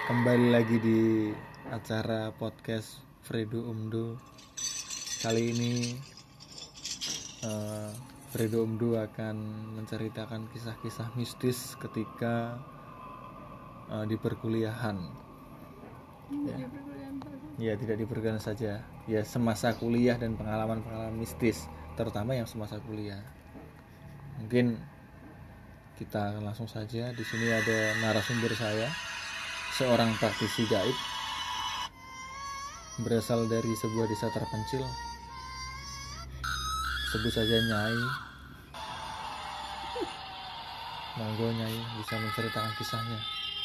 Kembali lagi di acara podcast Fredo Umdo. Kali ini Fredo Umdo akan menceritakan kisah-kisah mistis ketika di perkuliahan. Ya, tidak di perkuliahan saja. Ya, semasa kuliah dan pengalaman-pengalaman mistis, terutama yang semasa kuliah. Mungkin kita akan langsung saja. Di sini ada narasumber saya, seorang praktisi gaib berasal dari sebuah desa terpencil, sebut saja Nyai. Monggo Nyai bisa menceritakan kisahnya.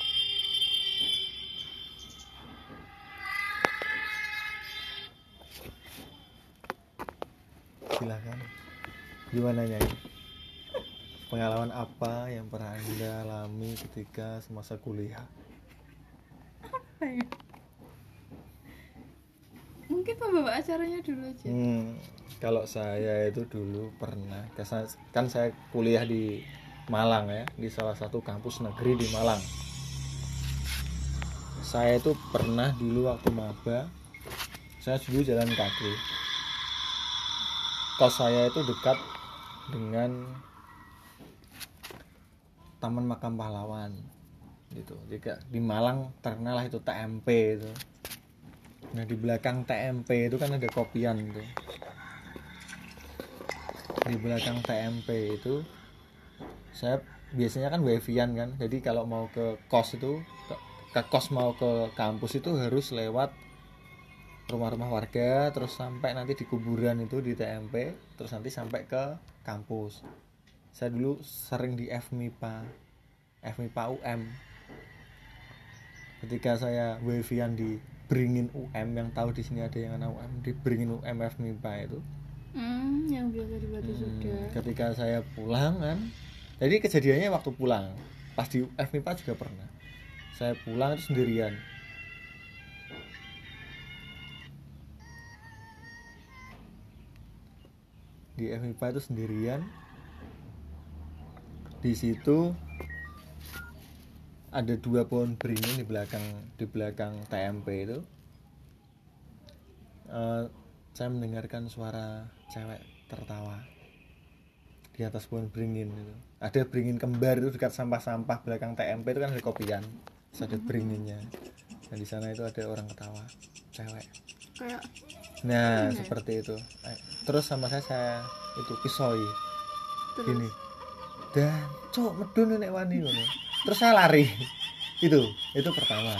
Silakan. Gimana Nyai? Pengalaman apa yang pernah Anda alami ketika semasa kuliah? Mungkin pembawa acaranya dulu aja. Kalau saya itu dulu pernah, kan saya kuliah di Malang ya, di salah satu kampus negeri di Malang. Saya itu pernah dulu waktu maba, saya dulu jalan kaki. Kos saya itu dekat dengan Taman Makam Pahlawan gitu. Jika di Malang terkenal lah itu TMP itu. Nah, di belakang TMP itu kan ada kopian itu. Di belakang TMP itu saya biasanya kan wifi-an kan. Jadi kalau mau ke kos itu ke kos mau ke kampus itu harus lewat rumah-rumah warga, terus sampai nanti di kuburan itu di TMP, terus nanti sampai ke kampus. Saya dulu sering di FMIPA UM. Ketika saya wifi-an di Beringin UM, yang tahu di sini ada yang anak UM, di Beringin UM FMIPA itu. Yang biasa di Batu Sudah. Ketika saya pulang kan, jadi kejadiannya waktu pulang, pas di FMIPA juga pernah. Saya pulang itu sendirian. Di FMIPA itu sendirian. Di situ ada 2 pohon beringin di belakang TMP itu. Saya mendengarkan suara cewek tertawa di atas pohon beringin itu. Ada beringin kembar itu dekat sampah-sampah belakang TMP itu kan ada kopian. Terus ada beringinnya. Nah, di sana itu ada orang ketawa, cewek. Kayak Nah, seperti itu. Terus sama saya itu pisoi. terus. Gini. Dan cok medun nek wani ngono. Terus saya lari. Itu pertama.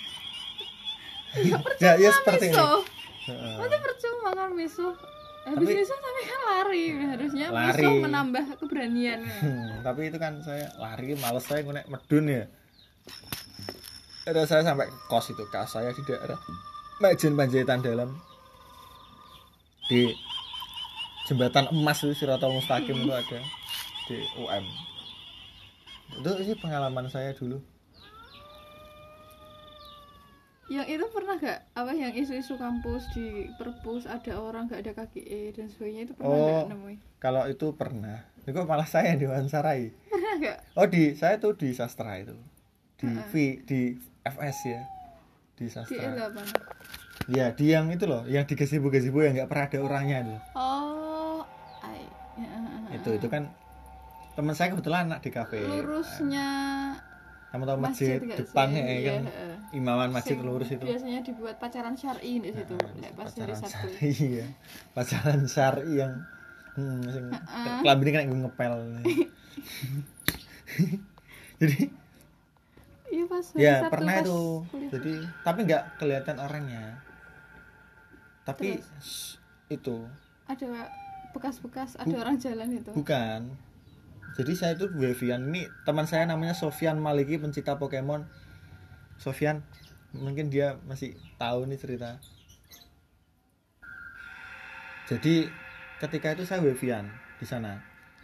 Ya seperti ini. Masa percuma kan miso. Habis Tapi- miso tapi kan lari. Harusnya Lari. miso menambah keberanian. Tapi itu kan saya lari, males saya nek medun ya. Ada saya sampai ke kos itu, kos saya di daerah Majen Panjaitan Dalam, di jembatan emas itu Siratal Mustaqim itu ada di UM. Itu sih pengalaman saya dulu. Yang itu pernah gak? Apa yang isu-isu kampus di perpus ada orang gak ada kaki dan sebagainya itu pernah gak nemuin? Kalau itu pernah. Ini kok malah saya yang diwawancarai. Pernah gak? Saya tuh di sastra itu. Di FS ya. Di Di sastra. L8. Ya, di yang itu loh, yang di gazebo-gazebo yang enggak pernah ada orangnya itu. Itu kan teman saya kebetulan anak di kafe. Lurusnya Kamu tahu masjid gak depan sih? ya kan? Imaman masjid Sing lurus itu. biasanya dibuat pacaran syar'i di situ. Pas dari Pacaran Sabtu. syari ya. Pacaran syari yang sing kelambine kena ngepel. Jadi Iya pas ya Sabtu, pernah pas itu. kuliah. Jadi tapi nggak kelihatan orangnya. Tapi itu Ada bekas-bekas ada orang jalan itu. bukan. Jadi saya itu wifi-an, ini teman saya namanya Sofyan Maliki, pencinta Pokemon. Sofyan, mungkin dia masih tahu nih cerita. Jadi ketika itu saya wifi-an di sana.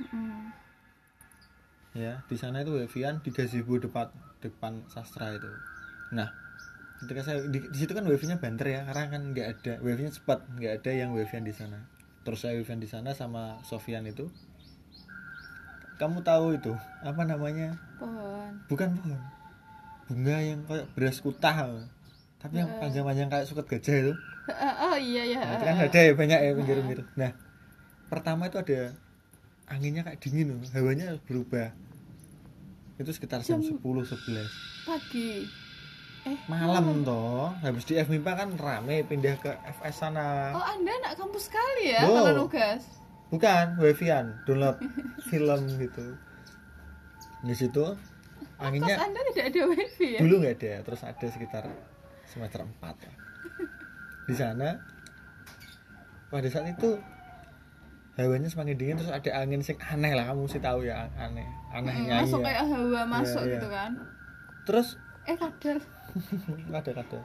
Ya, di sana itu wifi-an di gazebo depan sastra itu. Nah, ketika saya di situ kan wifi-nya banter ya, karena kan nggak ada wifi-nya cepat, nggak ada yang wifi-an di sana. Terus saya wifi-an di sana sama Sofyan itu. Kamu tahu itu apa namanya? Pohon. Bukan pohon. bunga yang kayak beras kutah tapi yang panjang-panjang kayak suket gajah itu. Oh iya ya. Nah, itu kan ada ya banyak ya pinggir-pinggir. Nah pertama itu ada anginnya kayak dingin loh, hawanya berubah. Itu sekitar jam 10-11 pagi. malam toh. Habis di FMIPA kan rame, pindah ke FS sana. Oh Anda anak kampus sekali ya Oh. kalau nugas. Bukan, wifi-an, download film gitu. Di situ Kos anginnya Anda tidak ada wifi ya? dulu nggak ada, terus ada sekitar semester 4 ya. Di sana pada saat itu hawanya semakin dingin, terus ada angin sing aneh lah, kamu sih tahu ya, anehnya Masuk ya. kayak hawa masuk Iya, gitu iya. kan. Terus Kadal. ada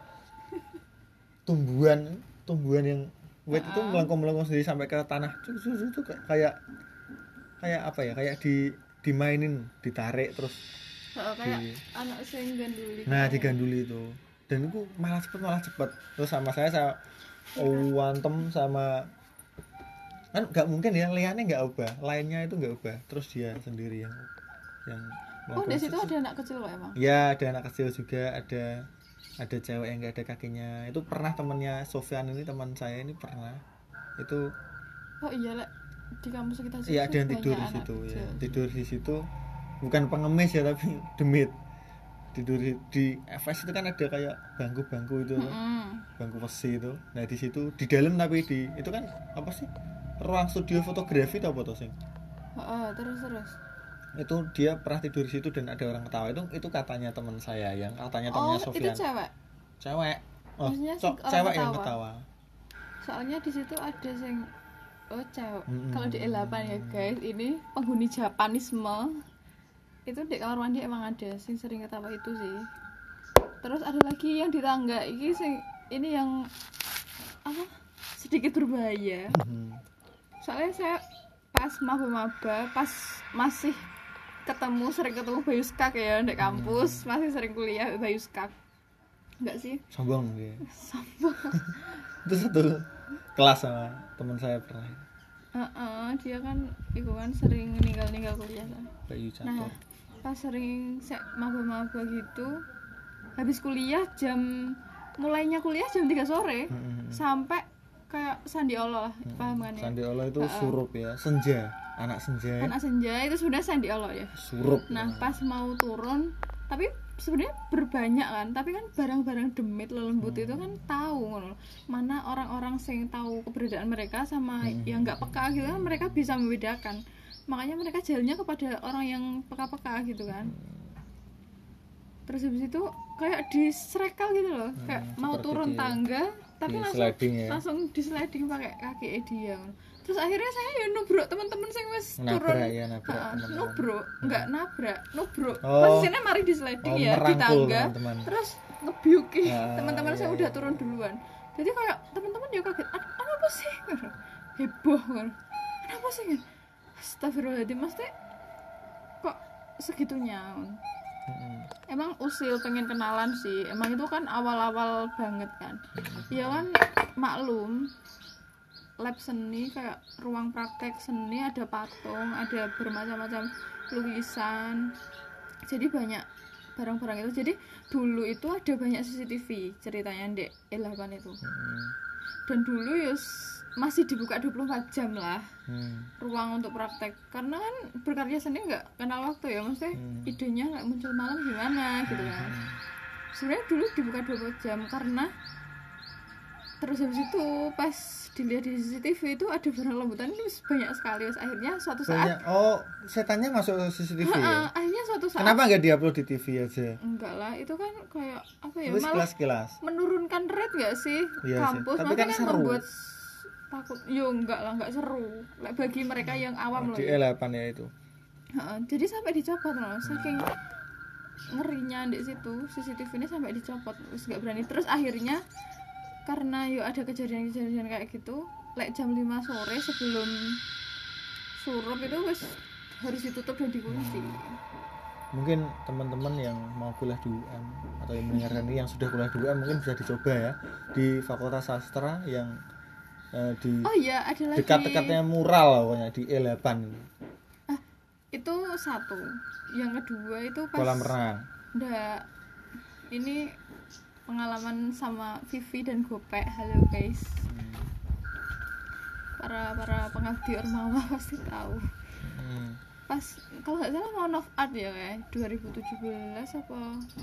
tumbuhan yang wet itu melengkung sendiri sampai ke tanah. Itu kayak apa ya? Kayak dimainin, ditarik terus. Kayak anak sing ganduli. Nah, diganduli itu. Dan itu malah cepet. Terus sama saya wantem sama kan nggak mungkin ya, liannya nggak ubah, lainnya itu nggak ubah, terus dia sendiri yang Oh di situ ada anak kecil kok emang? Ya ada anak kecil juga, ada cewek yang nggak ada kakinya. Itu pernah temannya Sofyan ini, teman saya ini pernah itu. Oh iya lah, di kampus kita Iya ada yang tidur di situ ya, tidur di situ bukan pengemis ya tapi demit, tidur di FS itu kan ada kayak bangku itu bangku besi itu. Nah di situ di dalam, tapi itu kan apa sih, ruang studio fotografi atau foto sing. Terus Itu dia pernah tidur di situ dan ada orang ketawa. Itu katanya teman saya, yang katanya temannya Sofyan. Itu cewek. Oh, Maksudnya cewek yang ketawa. Soalnya di situ ada sing cewek. Kalau di L8 ya guys, ini penghuni Japanisme. Itu di kamar mandi emang ada sing sering ketawa itu sih. Terus ada lagi yang di tangga ini yang apa? Sedikit berbahaya. Soalnya saya pas maba-maba, pas masih sering ketemu Bayu Skak ya di kampus, masih sering kuliah Bayu Skak. Enggak sih? Sombong dia. Sombong. Itu satu kelas sama teman saya pernah. Dia kan sering ninggal kuliah kan. Bayu Catur. Nah, pas sering maba-maba gitu, habis kuliah mulainya kuliah jam 3 sore sampai kayak Sandi Allah lah, paham kan ya? Sandi Allah itu surup ya, anak senja itu sudah Sandi Allah ya, surup. Nah pas mau turun, tapi sebenarnya berbanyak kan, tapi kan barang-barang demit lelembut itu kan tahu mana orang-orang yang tahu keberadaan mereka sama yang nggak peka gitu kan, mereka bisa membedakan, makanya mereka jalannya kepada orang yang peka-peka gitu kan. Terus habis itu kayak diserekal gitu loh, kayak mau turun tangga tapi langsung di sliding pakai kaki dia. Terus akhirnya saya ya nubruk teman-teman sing wis turun. Nubruk. Posisinya mari di sliding ya di tangga. Teman-teman. Terus ngebyuki teman-teman saya udah turun duluan. Jadi kayak teman-teman juga kaget, apa sih? Heboh kan. Kenapa sih? Astagfirullahaladzim, Mas kok segitunya? Emang usil pengen kenalan sih, emang itu kan awal-awal banget kan. Ya kan maklum, lab seni kayak ruang praktek seni, ada patung, ada bermacam-macam lukisan, jadi banyak barang-barang itu. Jadi dulu itu ada banyak CCTV ceritanya di L8 itu. Dan dulu masih dibuka 24 jam lah ruang untuk praktek, karena kan berkarya seni nggak kenal waktu ya, maksudnya idenya nggak muncul malam gimana gitu kan. Sebenarnya dulu dibuka 24 jam karena terus habis itu pas dilihat di CCTV itu ada barang lembutan itu banyak sekali. Akhirnya suatu saat setannya masuk CCTV ya? Akhirnya suatu saat kenapa nggak diupload di TV aja? Enggak lah, itu kan kayak apa ya, malah kilas. Menurunkan rate nggak sih kampus, tapi kan seru. Membuat takut. Enggak lah, nggak seru bagi mereka yang awam loh di L8 ya itu. Jadi sampai dicopot loh, saking ngerinya di situ CCTV ini sampai dicopot, terus nggak berani. Terus akhirnya karena ada kejadian-kejadian kayak gitu, jam 5 sore sebelum surup itu harus ditutup dan dikunci. Mungkin teman-teman yang mau kuliah di UM atau yang mendengarkan ini yang sudah kuliah di UM mungkin bisa dicoba ya di Fakultas Sastra yang ada lagi dekat-dekatnya mural pokoknya di L8. Itu satu. Yang kedua itu pas kolam renang. Enggak. ini pengalaman sama Vivi dan Gopek. Halo guys. Para pengabdi Ormawa pasti tahu. Pas kalau nggak salah mau of art ya kayak 2017 apa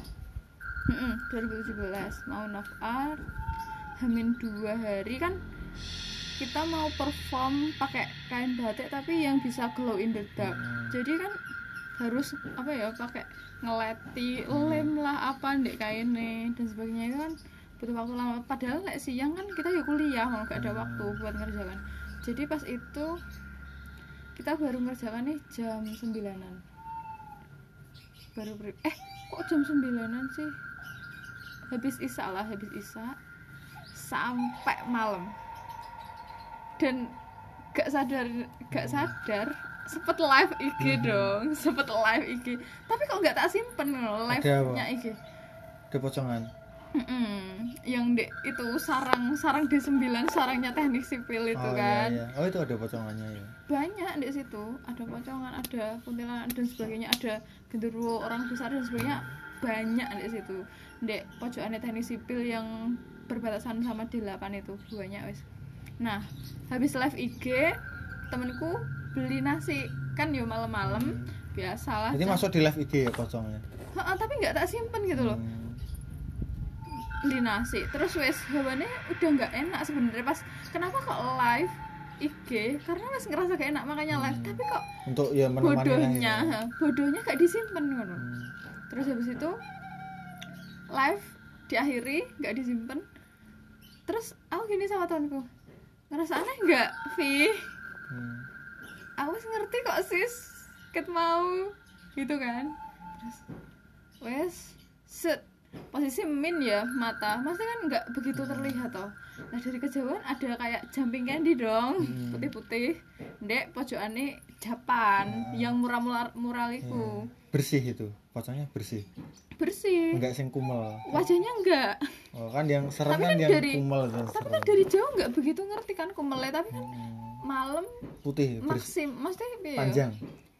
2017 mau of art Hamin 2 hari kan kita mau perform pakai kain batik tapi yang bisa glow in the dark. Jadi kan harus apa ya pakai ngeleti lem lah apa ndek kainnya dan sebagainya itu kan butuh waktu lama. Padahal siang kan kita ya kuliah mau nggak ada waktu buat ngerjakan. Jadi pas itu kita baru ngerjakan nih jam 9-an baru kok jam 9-an sih, habis isya sampai malam dan gak sadar sempet live IG dong, tapi kok gak tak simpen loh live-nya IG ada pocongan yang itu sarang D9 sarangnya teknik sipil itu kan. Iya. Oh itu ada pocongannya ya, banyak di situ, ada pocongan, ada kuntilanak dan sebagainya, ada genderuwo orang besar dan sebagainya, banyak di situ di pojokannya teknik sipil yang berbatasan sama D8 itu banyak wes. Nah habis live IG temenku beli nasi kan yo malam-malam biasalah. Jadi masuk di live IG ya pocongnya? Tapi nggak tak simpen gitu loh. Beli nasi terus wes hawane udah nggak enak sebenarnya pas kenapa kok live IG karena wes ngerasa gak enak makanya live tapi kok untuk ya bodohnya gak disimpen ngono. Terus habis itu live diakhiri gak disimpen. Terus aku gini sama temanku, ngerasa aneh nggak Vi? Aku ngerti kok sis ket mau gitu kan. Terus wes set posisi min ya mata masih kan nggak begitu terlihat toh. Nah dari kejauhan ada kayak jumping candy dong putih-putih ndek pojokane japan yang muraliku bersih itu pocongnya bersih enggak sing kumel wajahnya enggak. Oh kan yang serem kan yang dari, kumel tapi kan dari jauh nggak begitu ngerti kan kumelnya tapi kan malam putih maksudnya panjang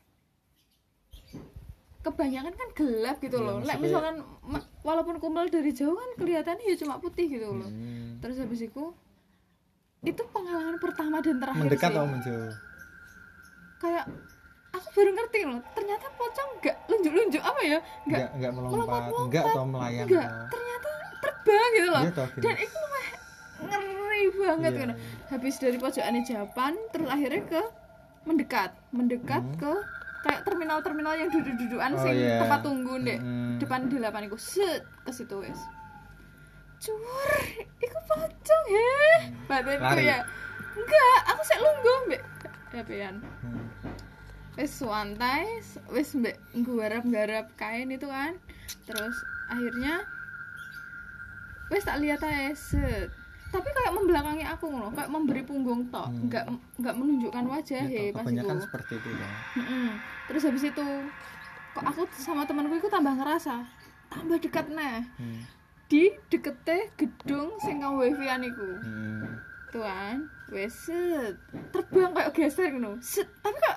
kebanyakan kan gelap gitu loh. Lek misalkan walaupun kumel dari jauh kan kelihatannya ya cuma putih gitu loh. Terus habis itu pengalaman pertama dan terakhir mendekat sih. atau menjauh? Kayak aku baru ngerti loh, ternyata pocong enggak lunjuk-lunjuk apa ya? Enggak melompat, enggak atau melayang. Enggak, ternyata terbang gitu loh. Iya, dan itu ngeri banget kan. Habis dari pojokannya Japan terus akhirnya ke mendekat ke kayak terminal yang duduk-dudukan sing tempat tunggu ndek depan D8 iku set ke situ wes. Cur, iku pocong batinku ya. Enggak, aku sik lungguh mbek HP-an. Wes santai, wes mbek nggarap kain itu kan. Terus akhirnya wes tak lihat aja set. Tapi kayak membelakangi aku loh, kayak memberi punggung tok, enggak menunjukkan wajah pas itu. Kebanyakan seperti itu kan. Terus habis itu kok aku sama temanku itu tambah ngerasa tambah dekat di dekete gedung sing kang wifi-an iku. Tuh kan, wes terbang kayak geser gitu. Tapi kok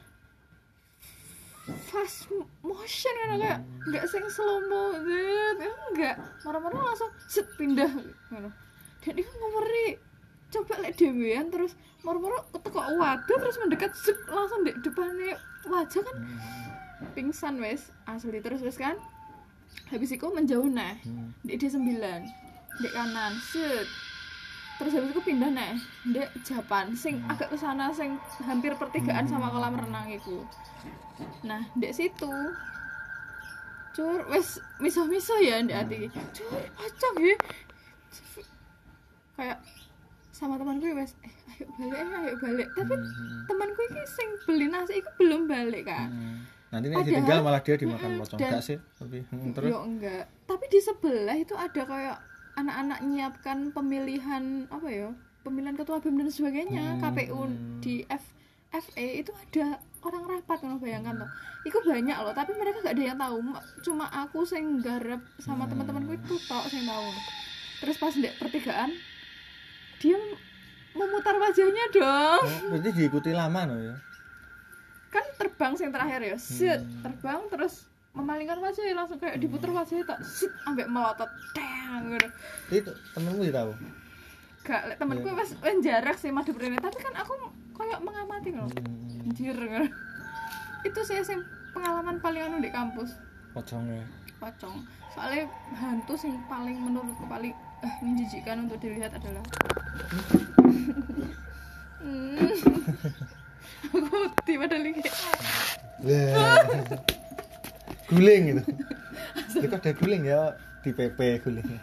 fast motion kan kayak enggak sing slow mo enggak. Marah-marah langsung pindah ngono. Dan itu ngeri. Coba lek dhewean terus moro-moro keteko waduh terus mendekat langsung di depannya wajah kan pingsan wes asli. Terus wes kan habis itu menjauh di D9 di kanan terus habis itu pindah di Japan sing agak kesana sing hampir pertigaan sama kolam renang itu. Nah di situ cur wes miso-miso ya di hati cur pocong ya kayak sama temanku wes ayo balik tapi temanku ini sing beli nasi itu belum balik kan. Nanti nek ditinggal malah dia dimakan pocong enggak sih tapi terus yo enggak tapi di sebelah itu ada kayak anak-anak nyiapkan pemilihan ketua BEM dan sebagainya. KPU di FE itu ada orang rapat kan bayangkan toh. Itu banyak loh tapi mereka gak ada yang tahu, cuma aku sing garap sama teman-temanku itu tok sing tahu. Terus pas di pertigaan dia memutar wajahnya dong. Berarti diikuti lama loh ya. Kan terbang sing terakhir ya. Terbang terus memalingkan wajah langsung kayak diputer wajahnya tak sit ambek melotot dang gitu. Itu temenmu ya tahu. Gak, lek temenku wis jarak sih madhep rene, tapi kan aku kayak mengamati loh. Anjir. Itu sih sing pengalaman paling anu di kampus. Pocongnya. Pocong. Soalnya hantu sing paling menurutku paling menjijikkan untuk dilihat adalah aku tiba padahal iki. Guling gitu. Itu ada guling ya di PP gulingnya.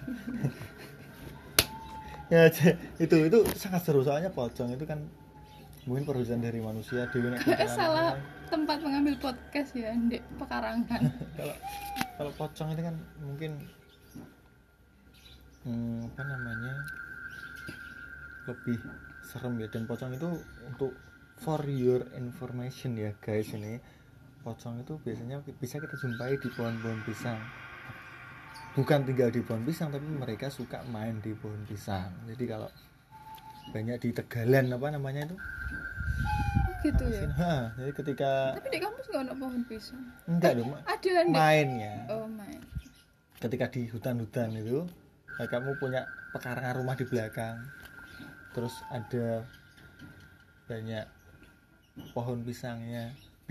Ya itu sangat seru soalnya pocong itu kan mungkin perwujudan dari manusia dewi nek salah tempat mengambil podcast ya ndek pekarangan. kalau pocong itu kan mungkin apa namanya lebih serem ya, dan pocong itu untuk for your information ya guys, ini pocong itu biasanya bisa kita jumpai di pohon-pohon pisang. Bukan tinggal di pohon pisang, tapi mereka suka main di pohon pisang. Jadi kalau banyak di tegalan apa namanya itu? Gitu ya. Jadi ketika tapi di kampus nggak ada pohon pisang. Enggak dong, ada mainnya. Oh main. Ketika di hutan-hutan itu, kamu punya pekarangan rumah di belakang. Terus ada banyak pohon pisangnya.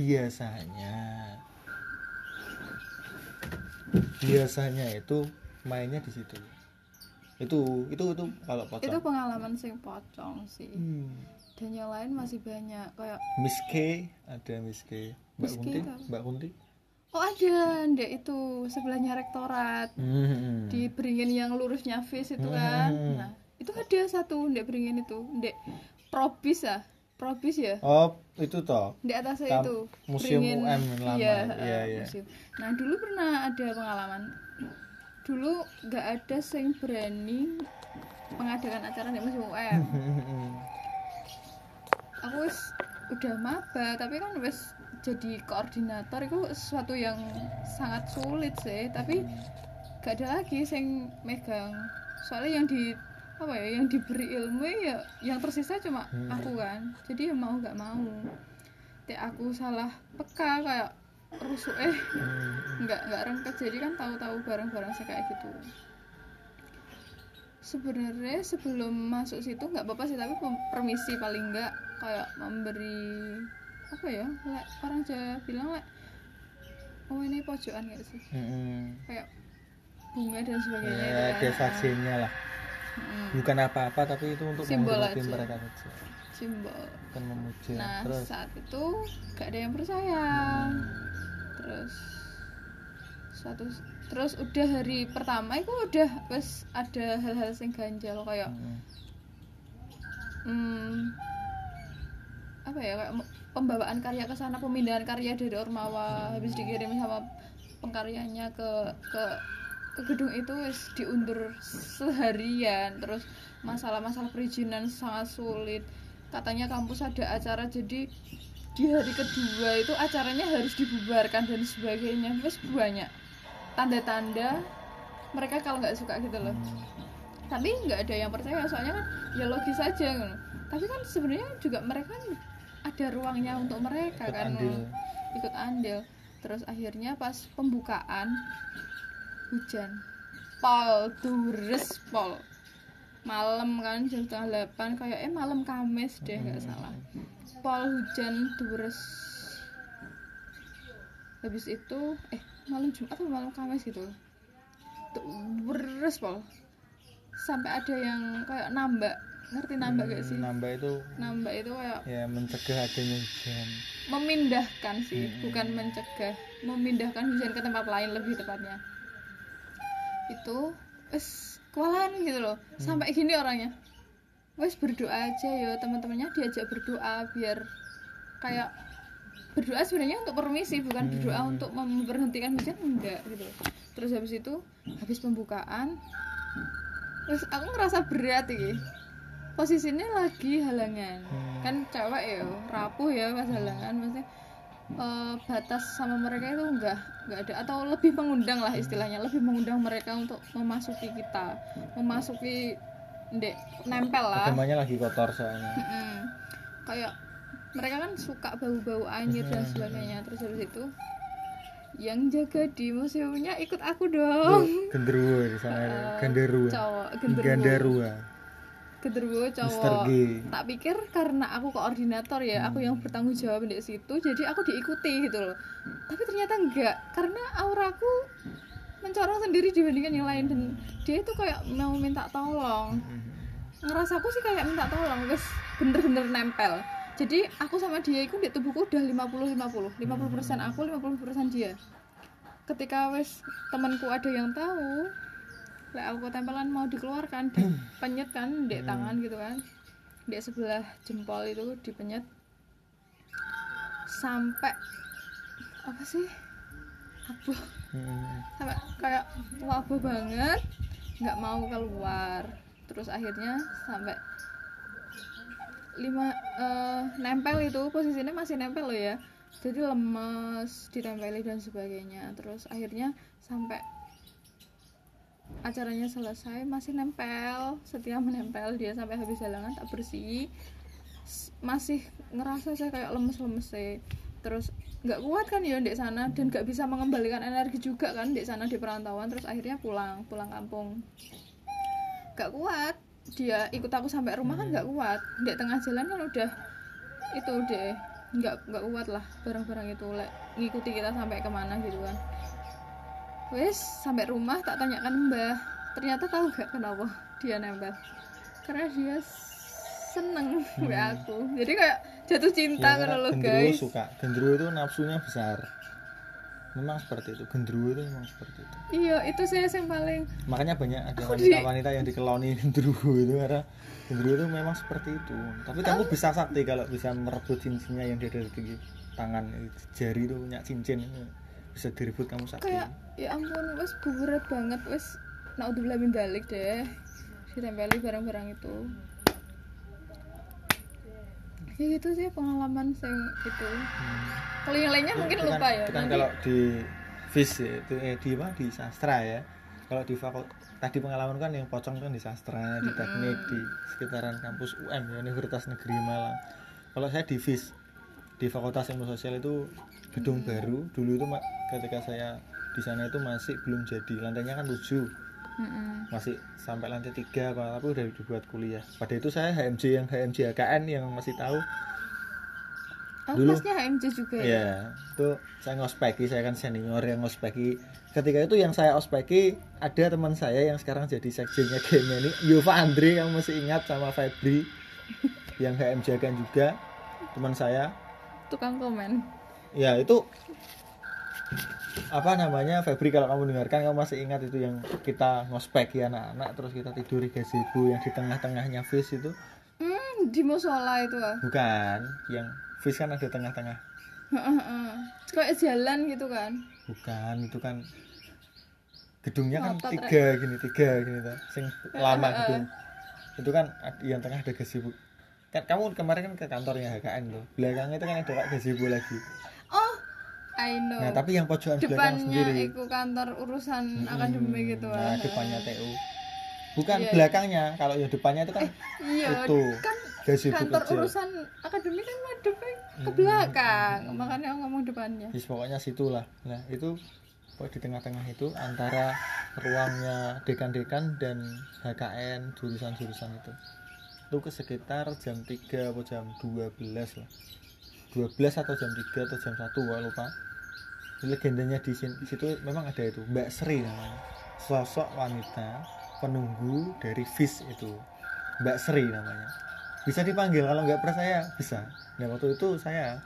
Biasanya itu mainnya di situ. Itu kalau pocong. Itu pengalaman sing pocong sih. Dan yang lain masih banyak kayak Miss K, ada Miss K. Mbak Kunti. Oh ada, ndek itu sebelahnya rektorat. Di Beringin yang lurusnya FIS itu kan. Nah, itu ada satu ndek Beringin itu, ndek Probis ya. Oh, itu toh. Di atasnya itu Museum Beringin, UM lama. Iya. Museum. Nah, dulu pernah ada pengalaman. Dulu enggak ada yang berani mengadakan acara di Museum UM. Aku udah maba, tapi kan wis jadi koordinator itu sesuatu yang sangat sulit sih, tapi gak ada lagi yang megang. Soalnya yang diberi ilmu ya yang tersisa cuma aku kan. Jadi ya mau gak mau. Aku salah peka kayak rusuk nggak rengket, jadi kan tahu-tahu barang-barang kayak gitu. Sebenarnya sebelum masuk situ nggak apa-apa sih, tapi permisi paling nggak kayak memberi apa ya, orang Jawa bilang oh ini pojokan nggak sih, kayak bunga dan sebagainya ya, ada saksinya lah. Bukan apa-apa, tapi itu untuk menghormati mereka saja, simbol kan memuja. Nah saat itu nggak ada yang percaya. Terus udah hari pertama itu udah wes ada hal-hal sing ganjal kayak apa ya, kayak pembawaan karya ke sana, pemindahan karya dari Ormawa habis dikirim sama pengkaryanya ke gedung itu wes diundur seharian. Terus masalah-masalah perizinan sangat sulit. Katanya kampus ada acara, jadi di hari kedua itu acaranya harus dibubarkan dan sebagainya. Wes banyak tanda-tanda mereka kalau nggak suka gitu loh. Tapi nggak ada yang percaya, soalnya kan ya logis aja kan. Tapi kan sebenarnya juga mereka ada ruangnya untuk mereka ikut andil. Terus akhirnya pas pembukaan hujan pol malam kan jam 7:30 kayak malam Kamis deh nggak salah, pol hujan deres. Habis itu malam Jumat atau malam Kamis gitu deres pol, sampai ada yang kayak nambah. Ngerti nambah gak sih? Nambah itu kayak ya mencegah adanya hujan, memindahkan sih, bukan mencegah, memindahkan hujan ke tempat lain lebih tepatnya. Itu wes kewalahan gitu loh. Sampai gini orangnya, wes berdoa aja ya, teman-temannya diajak berdoa biar kayak berdoa sebenarnya untuk permisi, bukan berdoa untuk memberhentikan hujan, enggak gitu. Terus habis pembukaan wes aku ngerasa berat iki. Posisinya lagi halangan, kan cewek ya rapuh ya pas halangan, maksudnya batas sama mereka itu enggak ada, atau lebih mengundang lah istilahnya, lebih mengundang mereka untuk memasuki nempel lah. agamanya lagi kotor soalnya. Kayak mereka kan suka bau-bau anjir dan sebagainya. Terus habis itu yang jaga di museumnya ikut aku dong. Genderuwo di sana itu. Genderuwo. Cowok, Genderuwo. Genderuwo Mr. cowok. G. Tak pikir karena aku koordinator ya, aku yang bertanggung jawab di situ, jadi aku diikuti gitu loh. Tapi ternyata enggak, karena auraku mencorong sendiri dibandingkan yang lain, dan dia itu kayak mau minta tolong. Ngerasaku sih kayak minta tolong, terus bener-bener nempel. Jadi aku sama dia itu di tubuhku udah 50-50 50% aku, 50% dia. Ketika wes temanku ada yang tahu, lek aku tempelan mau dikeluarkan, dipenyet kan di tangan gitu kan, di sebelah jempol itu dipenyet sampai apa sih, abuh, sampai kayak abuh banget, nggak mau keluar. Terus akhirnya sampai nempel itu, posisinya masih nempel loh ya, jadi lemes, ditempeli dan sebagainya. Terus akhirnya sampai acaranya selesai masih nempel, setia menempel dia sampai habis halangan, tak bersih, masih ngerasa saya kayak lemes-lemes sih. Terus nggak kuat kan ya di sana, dan nggak bisa mengembalikan energi juga kan di sana di perantauan. Terus akhirnya pulang kampung, nggak kuat. Dia ikut aku sampai rumah kan nggak kuat, di tengah jalan kan udah itu deh, nggak kuat lah barang-barang itu ngikuti kita sampai kemana gitu kan. Wes sampai rumah tak tanyakan Mbah, ternyata tahu gak kenapa dia nempel, karena dia seneng sama aku, jadi kayak jatuh cinta ya, kan lo guys. Genderuwo suka, genderuwo itu nafsunya besar, memang seperti itu, genderuwo itu memang seperti itu. Iya, itu saya yang paling, makanya banyak ada wanita-wanita yang dikeloni genderuwo itu, karena genderuwo itu memang seperti itu. Tapi kamu bisa sakti kalau bisa merebut cincinnya yang dia dari tangan, jari itu punya cincin itu bisa direbut, kamu sakti. Kayak ya ampun, wes berat banget, wes naudzubillah min dzalik deh, ditempeli barang-barang itu. Ya gitu sih pengalaman sing itu. Kalau yang lainnya mungkin itu lupa kan, ya. itu kan Nanti kalau di FIS itu di sastra ya. Kalau di tadi pengalaman kan yang pocong kan di sastra, di teknik, di sekitaran kampus UM ya, Universitas Negeri Malang. Kalau saya di FIS, di Fakultas Ilmu Sosial itu gedung baru. Dulu itu ketika saya di sana itu masih belum jadi, lantainya kan 7. Masih sampai lantai 3, tapi udah dibuat kuliah. Pada itu saya HMJ HKN yang masih tahu. Dulu masnya HMJ juga ya. Itu saya ngospeki, saya kan senior yang ngospeki. Ketika itu yang saya ospeki ada teman saya yang sekarang jadi sekjennya game ini, Yova Andre, yang masih ingat, sama Febri yang HMJ kan juga teman saya. Tukang komen. Ya itu apa namanya, Febri, kalau kamu dengarkan, kamu masih ingat itu yang kita ngospeki anak-anak terus kita tidur di gazebo yang di tengah-tengahnya FIS itu? Di musola itu ah? Bukan, yang FIS kan ada tengah-tengah. Kayak jalan gitu kan? Bukan, itu kan gedungnya kan tiga gini tuh, sing lama gedung. Itu kan yang tengah ada gazebo. Kan kamu kemarin kan ke kantornya HKN tuh. Belakangnya itu kan ada gazebo lagi. Oh, I know. Nah, tapi yang pojokan belakang sendiri. Depannya itu kantor urusan akademik gitu. Nah, depannya TU. Bukan belakangnya. Kalau yang depannya itu kan itu. Kan kantor kecil. Urusan akademik kan madep ke belakang. Makanya ngomong depannya. Pokoknya situlah. Nah, itu di tengah-tengah itu antara ruangnya dekan-dekan dan HKN, jurusan-jurusan itu. Itu ke sekitar jam 3 atau jam 12 lah. 12 atau jam 3 atau jam 1, gua lupa. Legendanya di situ memang ada itu, Mbak Sri namanya. Sosok wanita penunggu dari FIS itu. Mbak Sri namanya. Bisa dipanggil, kalau nggak percaya bisa. Nah, waktu itu saya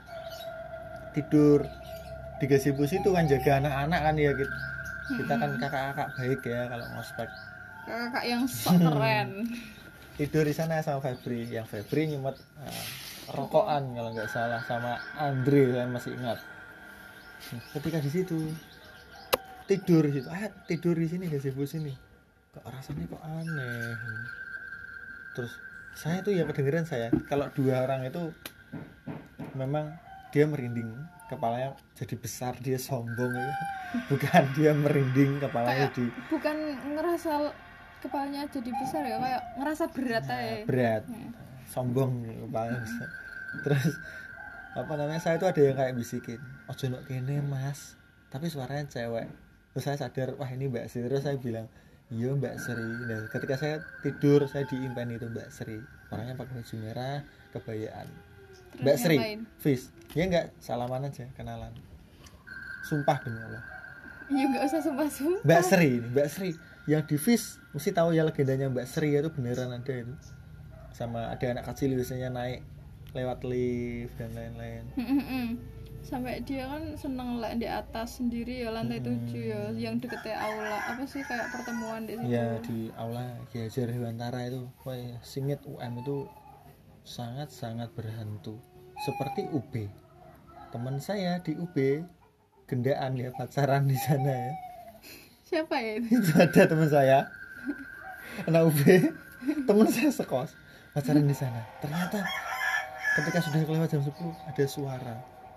tidur di gazebo situ kan, jaga anak-anak kan ya, kita kan kakak-kakak baik ya kalau ngospek. Kakak yang sok keren. Tidur di sana sama Febri, yang Febri nyumet rokokan kalau nggak salah, sama Andre, saya masih ingat. Ketika di situ tidur di situ, tidur di sini gazebo sini, kok rasanya kok aneh. Terus saya tuh ya kedengeran, saya kalau dua orang itu memang dia merinding, kepalanya jadi besar, dia sombong ya. Bukan dia merinding kepalanya bukan ngerasa kepalanya jadi besar ya, kayak ngerasa berat aja. Berat. Sombong kepalanya besar. Terus apa namanya, saya itu ada yang kayak bisikin, ojo nok kene Mas, tapi suaranya cewek. Terus saya sadar, wah ini Mbak Sri. Terus saya bilang, iya Mbak Sri. Nah, ketika saya tidur, saya diimpen itu Mbak Sri. Orangnya pakai baju merah, kebayaan. Terus Mbak Sri, ngapain? Fis. Ya enggak, salaman aja, kenalan. Sumpah demi Allah. Ya nggak usah sumpah-sumpah. Mbak Sri ini, Mbak Sri. Yang di Fis, mesti tahu ya legendanya Mbak Sri itu beneran ada itu. Sama ada anak kecil biasanya naik lewat lift dan lain-lain. Sampai dia kan seneng lah di atas sendiri ya, lantai 7 ya, yang deketnya aula apa sih kayak pertemuan di situ. Ya di aula Ki Hajar Dewantara itu. Wah, singit UM itu sangat-sangat berhantu. Seperti UB. Teman saya di UB gendaan ya, pacaran di sana ya. Siapa ya itu? Itu ada teman saya. Anak UB, teman saya sekos pacaran di sana. Ternyata ketika sudah kelewat jam 10 ada suara.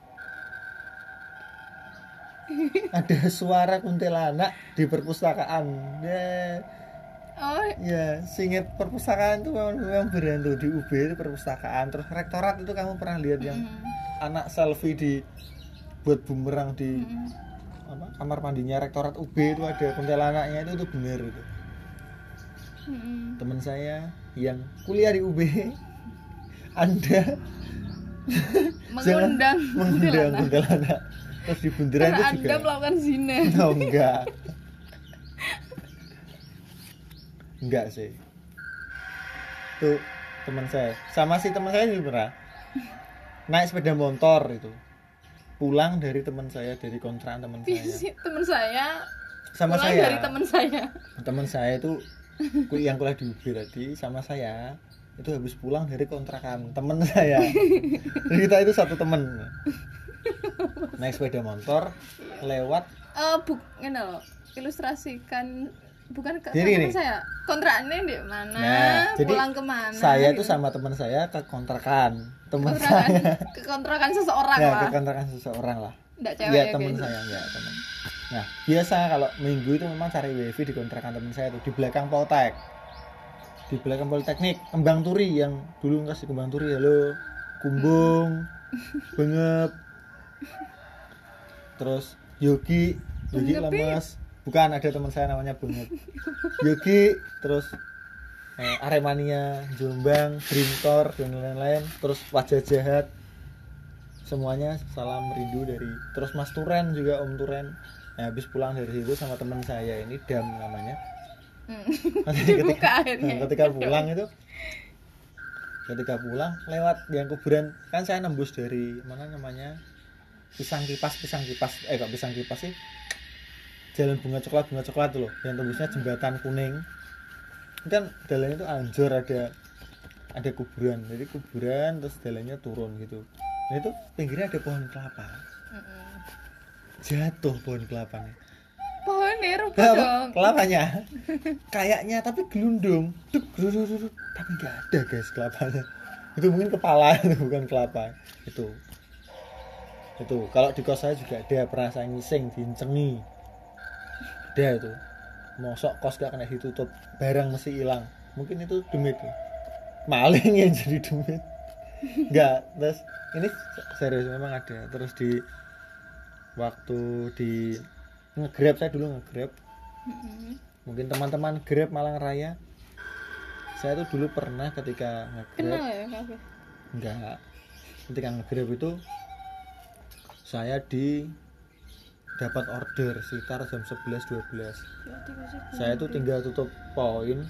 Ada suara kuntilanak di perpustakaan. Ya, Oh, ya, singit perpustakaan itu memang berhantu di UB itu perpustakaan. Terus rektorat itu kamu pernah lihat yang anak selfie di buat bumerang di apa, kamar mandinya rektorat UB itu ada kuntilanaknya itu benar itu. Teman saya yang kuliah di UB, Anda mengundang mengundang kuntilanak. Terus di bundaran karena itu juga Anda melakukan zina. oh, enggak sih. Tuh teman saya sama si teman saya juga pernah naik sepeda motor itu pulang dari teman saya, dari kontrakan teman saya. Teman saya Sama pulang saya dari teman saya itu yang kuliah di UB tadi sama saya itu habis pulang dari kontrakan teman saya. Jadi kita itu satu teman naik sepeda motor lewat ini loh, ilustrasikan bukan ke Jadi teman gini. saya kontrakannya di mana, Nah, jadi pulang kemana saya gitu. tuh sama teman saya ke kontrakan teman kontrakan saya. ke kontrakan seseorang Ya, lah, ke kontrakan seseorang lah. nggak cewek Ya ya teman guys. saya, ya teman. Nah biasa kalau minggu itu memang cari wifi di kontrakan teman saya tuh di belakang Poltek, di belakang Politeknik Kembang Turi yang dulu kasih Kembang Turi, halo Kumbung, Bengep, terus Yogi Bengep lemes, bukan, ada teman saya namanya Bengep, Yogi, terus Aremania, Jombang, Brintor dan lain-lain, terus Wajah Jahat, semuanya salam rindu dari, terus Mas Turen juga, Om Turen. Nah, habis pulang dari situ sama teman saya ini Dam namanya. Dibuka akhirnya. Ketika pulang lewat yang kuburan kan, saya nembus dari mana namanya pisang kipas kok pisang kipas sih, jalan bunga coklat tuh loh, yang tembusnya jembatan kuning kan, jalannya itu anjur, ada kuburan, jadi kuburan terus jalannya turun gitu. Nah itu pinggirnya ada pohon kelapa, jatuh pohon kelapanya, Pohonnya rubuh dong. kelapanya kayaknya, tapi gelundung duk, tapi nggak ada guys kelapanya, itu mungkin kepala itu bukan kelapa. Itu kalau di kos saya juga ada, pernah saya ngising diincengi, ada itu. Mosok kos gak kena ditutup, barang mesti hilang, mungkin itu demit tuh, maling yang jadi demit. Enggak, terus ini serius memang ada. Terus di waktu di nge-grab, saya dulu nge-grab, mungkin teman-teman Grab Malang Raya, saya tuh dulu pernah ketika nge-grab, Kenal ya kafe? enggak, ketika nge-grab itu saya dapat order sekitar jam 11-12. Saya tuh tinggal tutup poin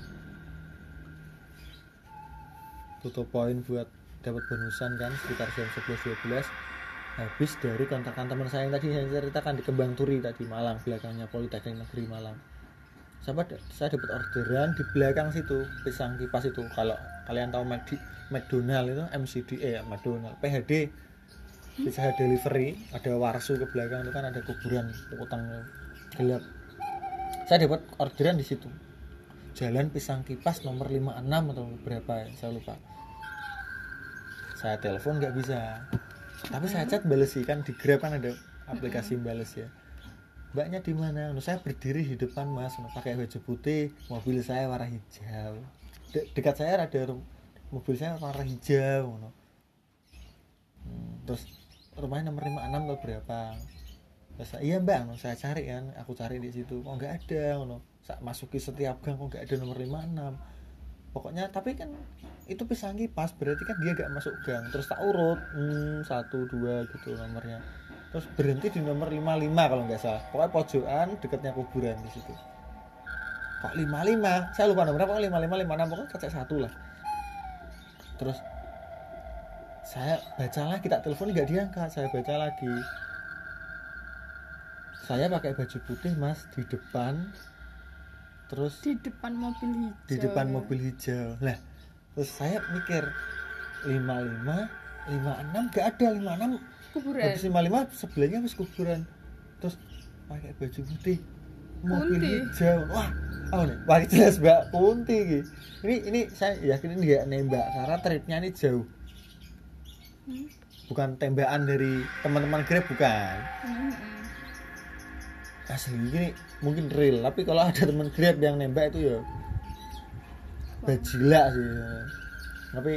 buat dapat bonusan kan, sekitar jam 11-12. Habis dari kontrakan teman saya yang tadi saya ceritakan di Kembang Turi tadi, Malang, belakangnya Politeknik Negeri Malang. Saya dapat orderan di belakang situ, pisang kipas itu. Kalau kalian tahu McDonald itu McDonald PHD, Pizza Hut Delivery, ada Warsu ke belakang itu kan, ada kuburan utang gelap. Saya dapat orderan di situ, Jalan Pisang Kipas nomor 56 atau berapa, saya lupa. Saya telepon nggak bisa, tapi saya chat bales sih, kan di Grab kan ada aplikasi bales ya. Mbaknya di mana? Saya berdiri di depan mas, pakai baju putih, mobil saya warna hijau. Dekat saya ada mobil saya warna hijau. Terus rumahnya nomor 56 atau berapa. Terus iya mbak, saya cari kan, aku cari di situ kok nggak ada ngono. Masuki setiap gang kok nggak ada nomor 56. Pokoknya tapi kan itu pisangki pas berarti kan dia gak masuk gang. Terus tak urut 1, 2 gitu nomornya. Terus berhenti di nomor 55 kalau nggak salah. Pokoknya pojokan dekatnya kuburan di situ. Kok 55? Saya lupa nomornya, pokoknya 55, 56, pokoknya kacak 1 lah. Terus saya baca lagi, tak telepon nggak diangkat. Saya baca lagi. Saya pakai baju putih mas di depan. Terus di depan mobil hijau. Di depan mobil hijau. Lah, terus saya mikir 55, 56 gak ada 56. Kuburan. Habis 55 sebelahnya habis kuburan. Terus pakai baju putih, mobil hijau. Wah, nih, wah jelas Mbak Punti iki. Ini saya yakin ini gak nembak karena tripnya ini jauh. Bukan tembakan dari teman-teman Grab bukan. Asli ini mungkin real, tapi kalau ada teman Grab yang nembak itu ya bajila sih. Tapi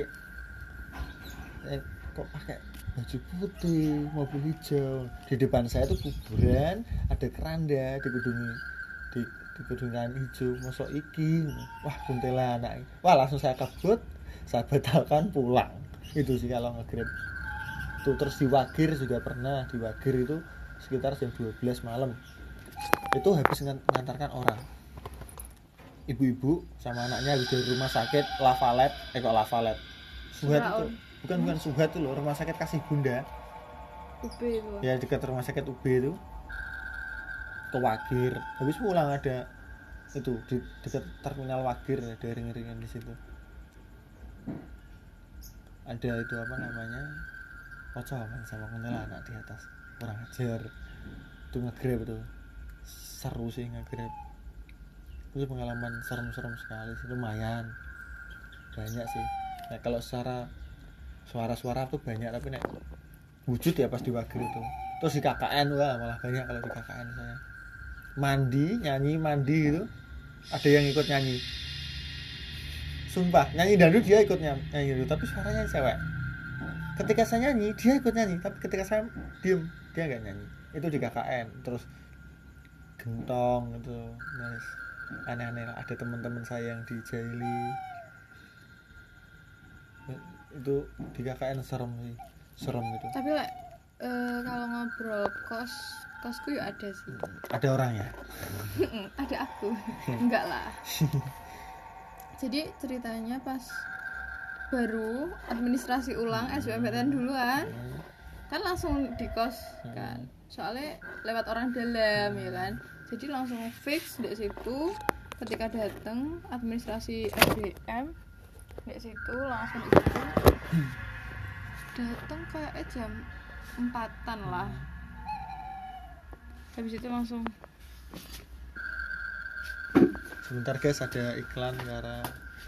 kok pakai baju putih, mobil hijau. Di depan saya tuh kuburan, ada keranda di gedungan hijau. Mosok iki. Wah, kuntilanak. Wah, langsung saya kabut, saya batalkan pulang. Itu sih kalau nge-Grab. Tuh terus di Wagir juga pernah, di Wagir itu sekitar jam 12 malam. Itu habis mengantarkan orang, ibu-ibu sama anaknya dari rumah sakit Lavalet, Suhat itu bukan Suhat itu loh, rumah sakit Kasih Bunda UB itu ya, dekat rumah sakit UB itu, ke Wagir. Habis pulang ada itu di dekat terminal Wagir, ada ring-ringan di situ, ada itu apa namanya, pocongan sama kuntilanak di atas, kurang ajar. Itu nge-Grab itu seru sih nge-Grab. Itu pengalaman serem-serem sekali sih, lumayan banyak sih. Nah, kalau secara suara-suara tuh banyak, tapi nek wujud ya pas di Wagir itu. Terus di KKN wah malah banyak kalau di KKN saya. Mandi itu ada yang ikut nyanyi. Sumpah, nyanyi dangdut dia ikut nyanyi dangdut, tapi suaranya cewek. Ketika saya nyanyi, dia ikut nyanyi, tapi ketika saya diem, dia enggak nyanyi. Itu di KKN. Terus gentong itu nice. Aneh-aneh lah. Ada teman-teman saya yang dijaili itu di KKN, serem gitu. Tapi kalau ngobrol kosku ya ada sih. Ada orangnya. Ada aku. Enggak lah. Jadi ceritanya pas baru administrasi ulang SBMPTN duluan kan langsung di kos kan, soalnya lewat orang dalam ya kan, jadi langsung fix di situ. Ketika datang administrasi SBM di situ langsung itu datang kayak jam 4-an lah. Habis itu langsung sebentar guys, ada iklan karena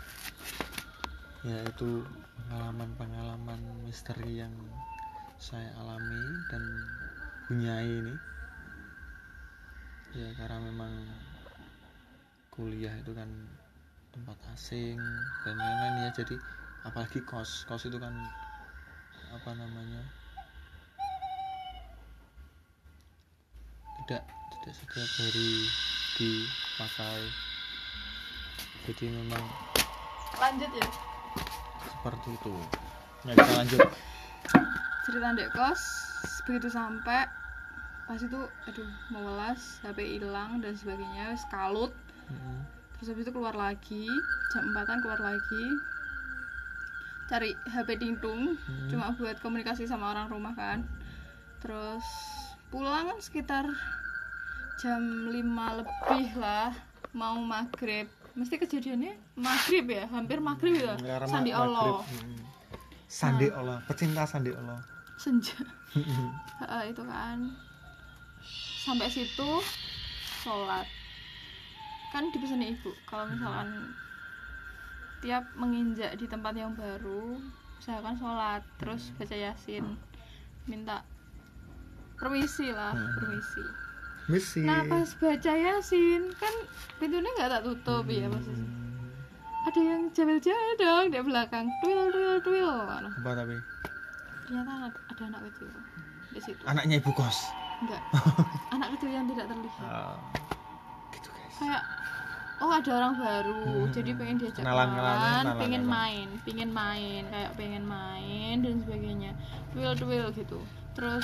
ya itu pengalaman misteri yang saya alami dan punyai ini ya, karena memang kuliah itu kan tempat asing dan lain-lain ya. Jadi apalagi kos itu kan apa namanya, tidak setiap hari dipakai. Jadi memang lanjut ya seperti itu. Nah, kita lanjut cerita ndek kos. Begitu sampai pas itu aduh mau welas, HP hilang dan sebagainya, wis kalut. Terus habis itu keluar lagi jam 4-an, keluar lagi cari HP tingtung cuma buat komunikasi sama orang rumah kan. Terus pulang kan sekitar jam 5 lebih lah, mau maghrib. Mesti kejadiannya maghrib ya, hampir maghrib ya. Sandi Allah. Sandi Allah, pecinta Sandi Allah. Senja. Itu kan. Sampai situ sholat. Kan dipesani ibu kalau misalkan tiap menginjak di tempat yang baru, saya kan sholat, terus baca Yasin, minta permisi lah, permisi. Misi. Nah pas baca Yasin kan pintunya nggak tak tutup ya mas. Ada yang jabel-jabel dong di belakang, twil. Apa tapi? Ternyata ada anak kecil di situ. Anaknya ibu kos. enggak. Anak kecil yang tidak terlihat. Gitu guys. Kayak oh ada orang baru, jadi pengen diajak Kenalan, pengen main, kayak pengen main dan sebagainya, will gitu. Terus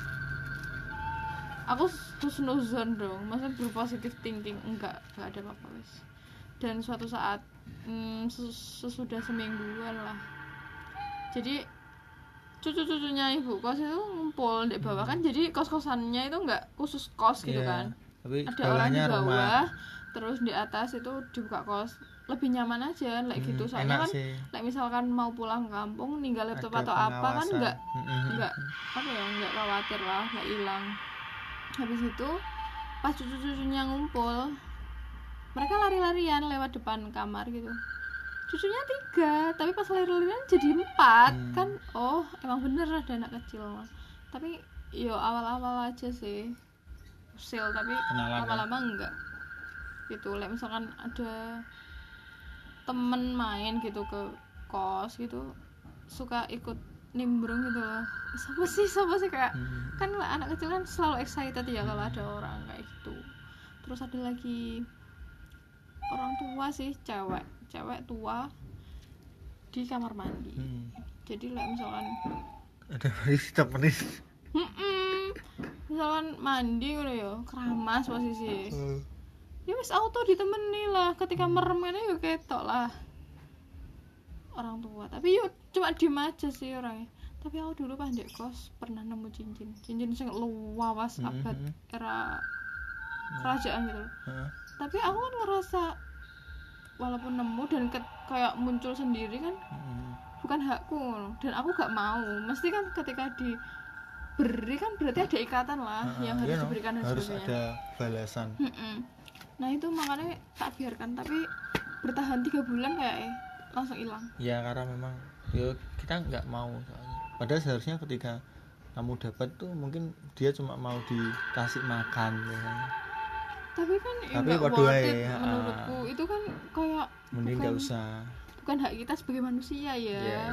aku husnuzon dong, maksudnya berpositif thinking, enggak ada apa-apa wis. Dan suatu saat sesudah semingguan lah, jadi cucu-cucunya ibu kos itu ngumpul di bawah kan, jadi kos-kosannya itu enggak khusus kos gitu kan, tapi ada orang di bawah rumah. Terus di atas itu dibuka kos, lebih nyaman aja like gitu, soalnya kan like misalkan mau pulang kampung ninggal laptop atau apa kan enggak apa ya, enggak khawatir lah, enggak hilang. Habis itu pas cucu-cucunya ngumpul, mereka lari-larian lewat depan kamar gitu, cucunya 3 tapi pas lari-larian jadi 4 kan. Oh emang bener ada anak kecil mah, tapi yo awal-awal aja sih usil, tapi lama-lama enggak gitu. Like misalkan ada temen main gitu ke kos gitu, suka ikut nimbrung gitu loh, siapa sih kayak kan anak kecil kan selalu excited ya kalau ada orang kayak gitu. Terus ada lagi orang tua sih, cewek tua di kamar mandi. Jadi like misalkan ada penis misalkan mandi udah ya keramas posisi ya wis auto ditemani lah, ketika merem kan ya ketok lah orang tua, tapi yuk cuma diem aja sih orangnya. Tapi aku dulu pas ndek kos pernah nemu cincin sing luas abad era kerajaan gitu. Tapi aku kan ngerasa walaupun nemu dan kayak muncul sendiri kan bukan hakku, dan aku gak mau. Mesti kan ketika diberi kan berarti ada ikatan lah yang harus diberikan dan harus sebagainya. ada balasan. Nah itu makanya tak biarkan, tapi bertahan 3 bulan kayak langsung hilang. Ya karena memang kita nggak mau soalnya. Padahal seharusnya ketika kamu dapat tuh mungkin dia cuma mau dikasih makan ya. Tapi kan nggak worth it menurutku. Itu kan kayak mending nggak usah. Bukan hak kita sebagai manusia ya.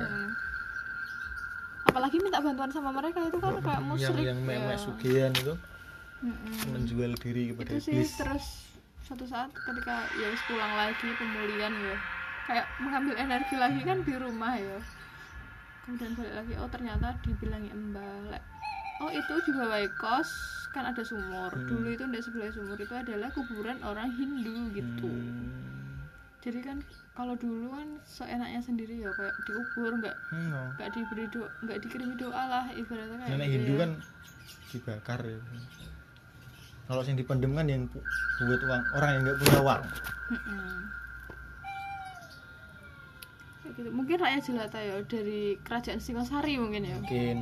Apalagi minta bantuan sama mereka itu kan kayak musyrik yang memek sugihan itu menjual diri kepada itu iblis. Sih, terus suatu saat ketika ya pulang lagi pemulihan ya, kayak mengambil energi lagi kan di rumah ya, kemudian balik lagi, oh ternyata dibilangi mbak, oh itu di bawah kos kan ada sumur. Dulu itu di sebelah sumur itu adalah kuburan orang Hindu gitu. Jadi kan kalau dulu kan seenaknya sendiri ya, kayak dikubur nggak diberi doa, nggak dikirimi doa lah ibaratnya kayak nenek Hindu kan dibakar ya. Kalau yang dipendem kan yang buat uang, orang yang nggak punya uang. Gitu. Mungkin rakyat jelata ya dari kerajaan Singosari mungkin ya. Mungkin.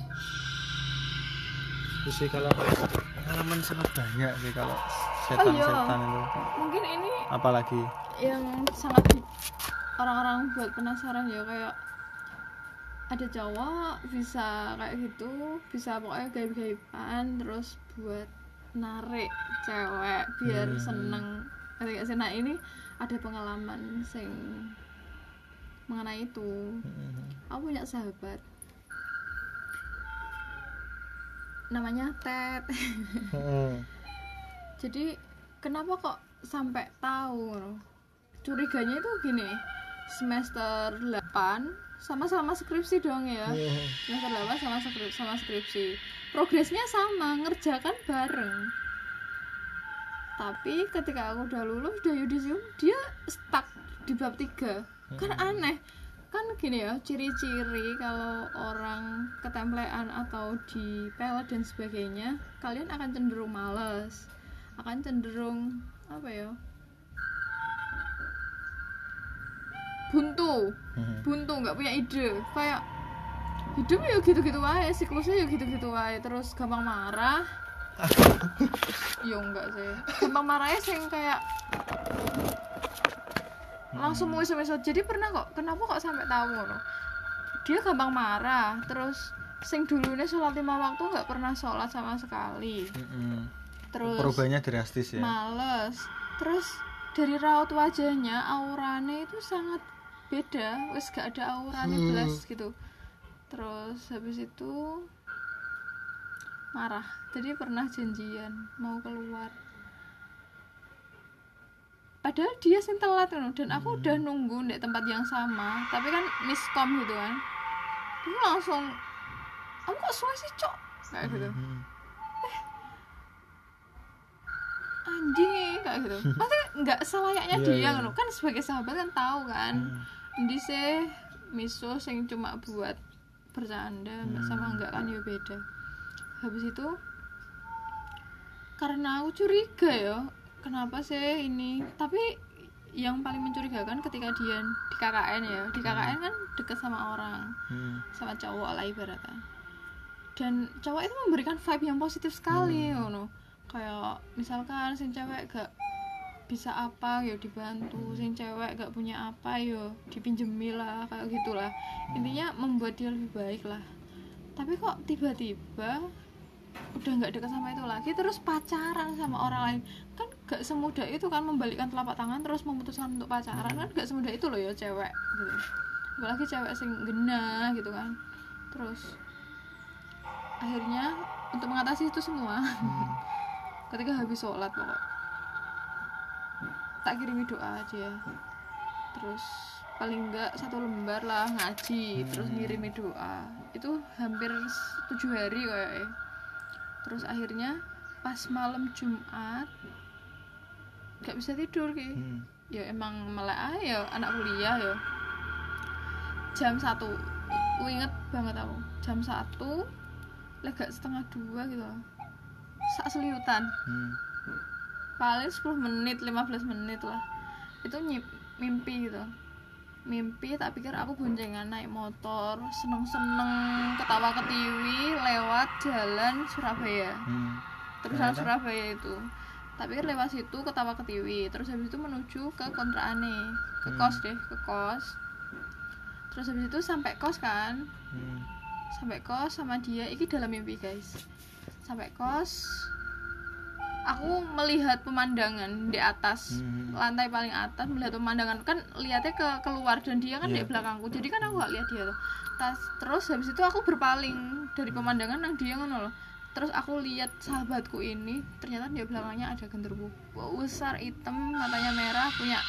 Terus sih kalau pengalaman sangat banyak sih kalau setan-setan itu. Mungkin ini apalagi yang sangat orang-orang buat penasaran ya, kayak ada cowok bisa kayak gitu, bisa pokoknya gaib-gaiban terus buat narik cewek biar seneng. Nah ini ada pengalaman sing mengenai itu. Aku punya sahabat namanya Ted. Jadi kenapa kok sampai tahu? Curiganya itu gini, semester 8 sama skripsi dong ya. Semester 8 sama skripsi. Progresnya sama, ngerjakan bareng. Tapi ketika aku udah lulus, udah yudisium, dia stuck di bab 3. Kan aneh. Kan gini ya, ciri-ciri kalau orang ketemplean atau dipelet dan sebagainya, kalian akan cenderung malas, akan cenderung apa ya, buntu, nggak punya ide, kayak hidup ya gitu-gitu aja, siklusnya ya gitu-gitu aja, terus gampang marah. Ya enggak sih, gampang marahnya sih kayak langsung muis-muis. Jadi pernah kok, kenapa kok sampai tahu loh, dia gampang marah, terus sing dulunya sholat 5 waktu nggak pernah sholat sama sekali. Terus perubahannya drastis ya, males. Terus dari raut wajahnya, auranya itu sangat beda, wes gak ada auranya belas gitu. Terus habis itu marah. Jadi pernah janjian mau keluar, padahal dia sing telat kan, dan aku udah nunggu di tempat yang sama, tapi kan miskom gitu kan. Aku langsung, kamu kok suwe sih cok, kayak gitu. Anjing kayak gitu. Maksudnya nggak selayaknya dia kan, kan sebagai sahabat kan tahu kan. Ini sih miso sing cuma buat bercanda sama enggak kan ya beda. Habis itu karena aku curiga ya, kenapa sih ini, tapi yang paling mencurigakan ketika dia di KKN ya, di KKN kan deket sama orang, sama cowok lah ibaratnya, dan cowok itu memberikan vibe yang positif sekali kayak misalkan sing cewek gak bisa apa ya dibantu, sing cewek gak punya apa ya dipinjemi lah, kayak gitulah, intinya membuat dia lebih baik lah. Tapi kok tiba-tiba udah nggak dekat sama itu lagi, terus pacaran sama orang lain, kan gak semudah itu kan membalikkan telapak tangan terus memutuskan untuk pacaran, kan gak semudah itu loh ya cewek gitu, apalagi cewek sing genah gitu kan. Terus akhirnya untuk mengatasi itu semua ketika habis sholat pokok tak kirimi doa aja, terus paling enggak 1 lembar lah ngaji, terus ngirimi doa, itu hampir 7 hari kayaknya. Terus akhirnya pas malam Jumat gak bisa tidur ki. Ya emang melek ya anak kuliah ya. Jam 1, aku inget banget aku, jam 1 lega setengah 2 gitu, sak seliutan, paling 10 menit 15 menit lah, itu mimpi gitu. Mimpi tak pikir aku boncengan naik motor, seneng-seneng ketawa ketiwi lewat jalan Surabaya, terusan Surabaya itu, tak pikir lewat situ ketawa ketiwi, terus habis itu menuju ke kontraane, ke kos deh, ke kos. Terus habis itu sampai kos kan, sampai kos sama dia, ini dalam mimpi guys. Sampai kos, aku melihat pemandangan di atas, lantai paling atas, melihat pemandangan, kan lihatnya ke keluar dan dia kan di belakangku, jadi kan aku gak lihat dia tuh. Terus habis itu aku berpaling dari pemandangan yang dia ngono loh. Terus aku lihat sahabatku ini, ternyata di belakangnya ada genderuwo besar hitam, matanya merah, punya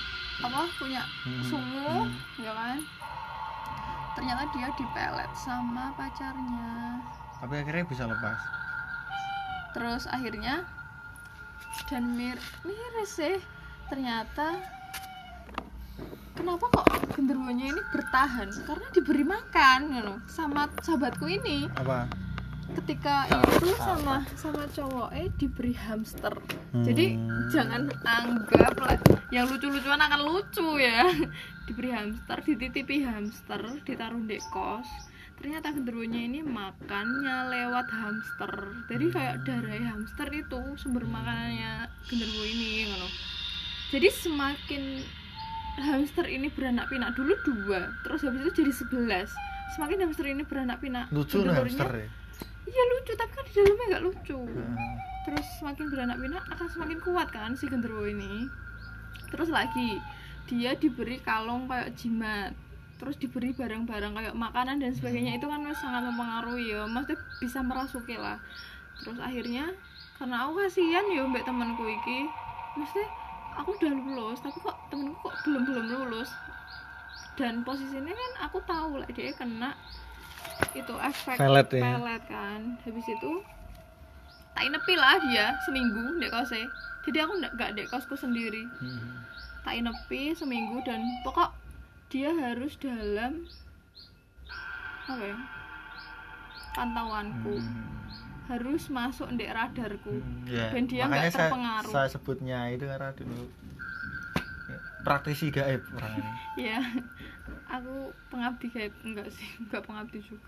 sungu, ya kan. Ternyata dia dipelet sama pacarnya. Tapi akhirnya bisa lepas. Terus akhirnya dan miris sih, ternyata kenapa kok genderuwonya ini bertahan, karena diberi makan sama sahabatku ini. Apa? Ketika itu sama cowoknya diberi hamster. Jadi jangan anggap lah yang lucu-lucuan akan lucu ya. Diberi hamster, dititipi hamster, ditaruh di kos. Ternyata genderuwonya ini makannya lewat hamster. Jadi kayak darah hamster itu sumber makanannya genderuwo ini ngono. Jadi semakin hamster ini beranak pinak, dulu 2, terus habis itu jadi 11. Semakin hamster ini beranak pinak, lucu hamster ya? Iya lucu, tapi kan di dalamnya nggak lucu. Terus semakin beranak pinak akan semakin kuat kan si genderuwo ini. Terus lagi dia diberi kalung kayak jimat, terus diberi barang-barang kayak makanan dan sebagainya, itu kan sangat mempengaruhi ya, maksudnya bisa merasuki lah. Terus akhirnya karena aku kasihan ya mbak temanku iki, maksudnya aku udah lulus tapi kok temenku kok belum lulus, dan posisinya kan aku tahu lah dia kena itu efek pelet kan. Habis itu tak inepi lah dia seminggu dek kosnya, jadi aku nggak dek kosku sendiri. Tak inepi seminggu dan pokok dia harus dalam apa ya, pantauanku, harus masuk di radarku, dan dia nggak terpengaruh. Saya sebutnya itu karena dulu praktisi gaib orangnya. Ya, aku pengabdi gaib, enggak sih, enggak pengabdi juga.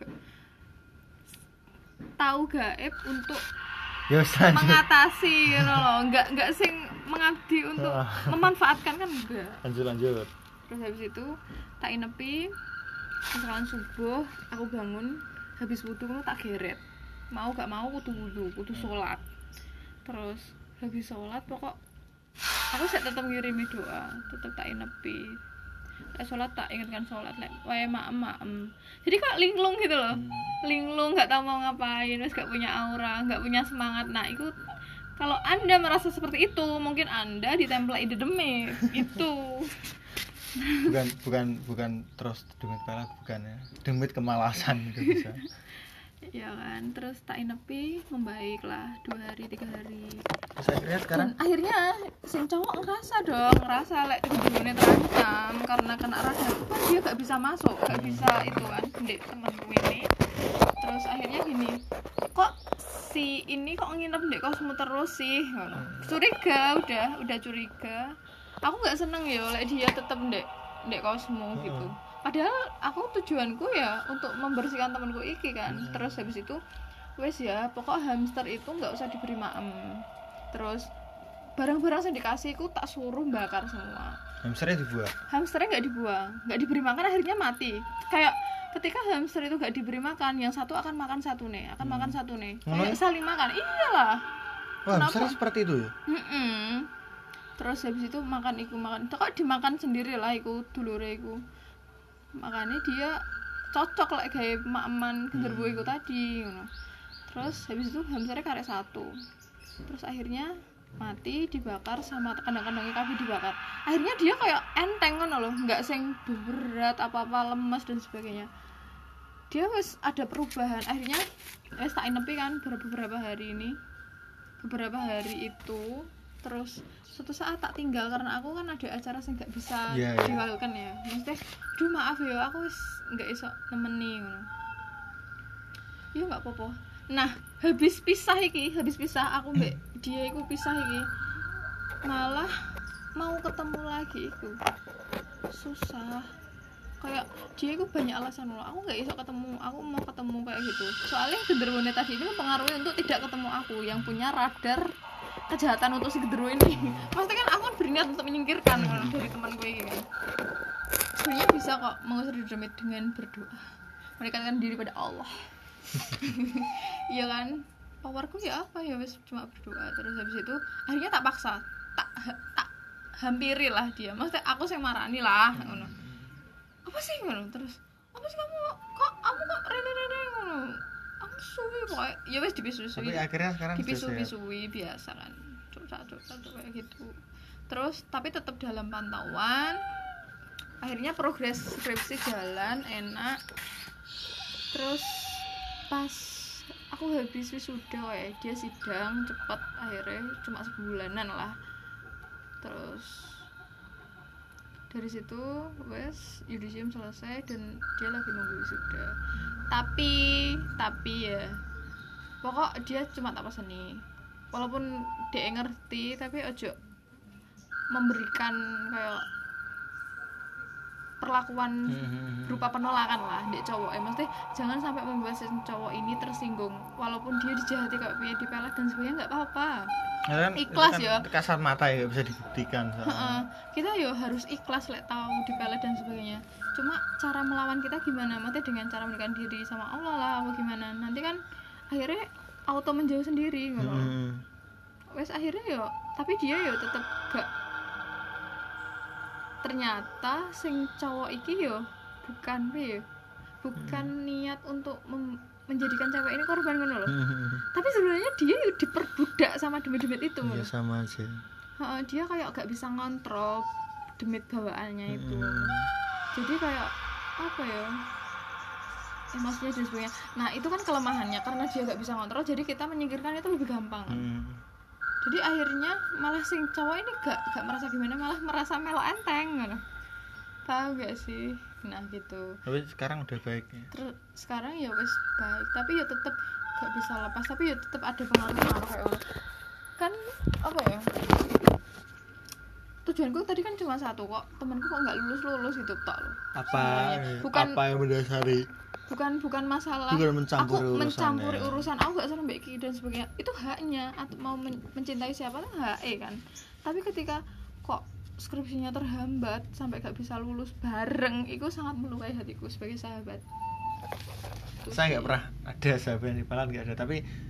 Tahu gaib untuk mengatasi loh, enggak sing mengabdi untuk memanfaatkan kan enggak. Lanjut. Terus habis itu tak inepi, misalkan subuh aku bangun habis wudu tak geret, mau gak mau kudu sholat. Terus habis sholat pokok aku tetap ngirimi doa, tetap tak inepi. sholat tak ingatkan sholat, lek wae maem. Jadi kok linglung gitu loh. Linglung, nggak tahu mau ngapain, terus nggak punya aura, nggak punya semangat. Nah itu kalau Anda merasa seperti itu, mungkin Anda ditempel ide demit itu. bukan terus demit pelak, bukan ya, demit kemalasan juga bisa. Ya kan, terus tak inepi membaik lah 2 hari 3 hari. Terus akhirnya sekarang Dan akhirnya sing cowok ngerasa lek hubungannya terancam karena kena radar kan dia gak bisa masuk, gak bisa itu kan ndek temanku ini. Terus akhirnya gini, kok si ini kok nginep ndek kosmu terus sih ngono. Curiga, udah curiga. Aku gak seneng ya lek dia tetep ndek kosmu gitu. Padahal aku tujuanku ya untuk membersihkan temanku iki kan. Terus habis itu wes ya, pokok hamster itu nggak usah diberi maem. Terus barang-barang yang dikasihku tak suruh bakar semua. hamsternya Nggak dibuang, nggak diberi makan, akhirnya mati. Kayak ketika hamster itu nggak diberi makan, yang satu akan makan satu nih, kayak saling makan. Iyalah. Wah, hamsternya seperti itu ya? Terus habis itu makan, itu kok dimakan sendiri lah, iku dulure iku. Makanya dia cocok lah kayak mak-eman genderuwo iku tadi ngono. Terus habis itu hamsternya karek 1. Terus akhirnya mati, dibakar sama kandang-kandangnya kabeh dibakar. Akhirnya dia kayak enteng ngono loh, enggak sing berat apa-apa, lemes dan sebagainya. Dia wis ada perubahan. Akhirnya wis tak inepi kan beberapa hari itu. Terus suatu saat tak tinggal karena aku kan ada acara sing gak bisa diwakilkan ya. Maksudnya, duh maaf ya, aku wis gak iso nemeni ngono. Ya gak apa-apa. Nah, habis pisah aku mbak dia iku pisah iki. Malah mau ketemu lagi iku susah. Kayak dia iku banyak alasan loh. Aku gak iso ketemu, aku mau ketemu kayak gitu. Soalnya genderuwo tadi ini mempengaruhi untuk tidak ketemu aku yang punya radar kejahatan untuk si genderuwo ini. Maksudnya kan aku kan berniat untuk menyingkirkan dari teman gue ini kan. Sebenarnya bisa kok mengusir demit dengan berdoa, mendekatkan diri pada Allah. Iya kan, powerku ya apa ya, wes cuma berdoa. Terus habis itu akhirnya tak paksa, tak hampiri lah dia. Maksudnya aku yang marani lah ngono. Apa sih ngono? Terus apa sih kamu kok rene ngono? Aku suwi pokoknya ya wes dipisu-pisui. Tapi akhirnya sekarang dipisu-pisui biasa kan. Cocok kayak gitu. Terus tapi tetap dalam pantauan. Akhirnya progres skripsi jalan enak. Terus pas aku habis wisuda ya, dia sidang cepet akhirnya cuma sebulanan lah. Terus dari situ wes yudisium selesai dan dia lagi nunggu wisuda. Tapi ya pokok dia cuma tak peseni, walaupun dia ngerti tapi ojo memberikan kayak perlakuan berupa penolakan lah dek cowok. Maksudnya jangan sampai membuat si cowok ini tersinggung walaupun dia dijahati kayak punya dipelet dan sebagainya, nggak apa-apa. Kan, ikhlas kan ya, kasar mata ya bisa dibuktikan. Kita ya harus ikhlas lek tahu dipelet dan sebagainya. Cuma cara melawan kita gimana? Maksudnya dengan cara mendekatkan diri sama Allah lah apa gimana. Nanti kan akhirnya auto menjauh sendiri gitu. Wes akhirnya yo, tapi dia yo tetep gak. Ternyata sing cowok iki yo bukan niat untuk menjadikan cewek ini korban ngono loh. Tapi sebenarnya dia yo diperbudak sama demit-demit itu. Iya sama aja. Dia kayak gak bisa ngontrol demit bawaannya itu. Jadi kayak apa ya? Emosinya dan sebagainya. Nah itu kan kelemahannya karena dia gak bisa ngontrol, jadi kita menyingkirkan itu lebih gampang. Jadi akhirnya malah sing cowok ini gak merasa gimana, malah merasa melo enteng gitu. Tahu gak sih? Nah gitu. Tapi sekarang udah baik ya? Terus sekarang ya wes baik, tapi ya tetep gak bisa lepas, tapi ya tetep ada pengaruh kayak kan apa ya? Tujuanku tadi kan cuma satu kok, temanku kok nggak lulus gitu tok loh. Apa yang mendasari? Bukan masalah mencampuri urusan aku gak seneng mbak Ki dan sebagainya, itu haknya. Atau mau mencintai siapa tuh hak kan. Tapi ketika kok skripsinya terhambat sampai gak bisa lulus bareng, itu sangat melukai hatiku sebagai sahabat. Saya nggak pernah ada sahabat yang dipalan, nggak ada. Tapi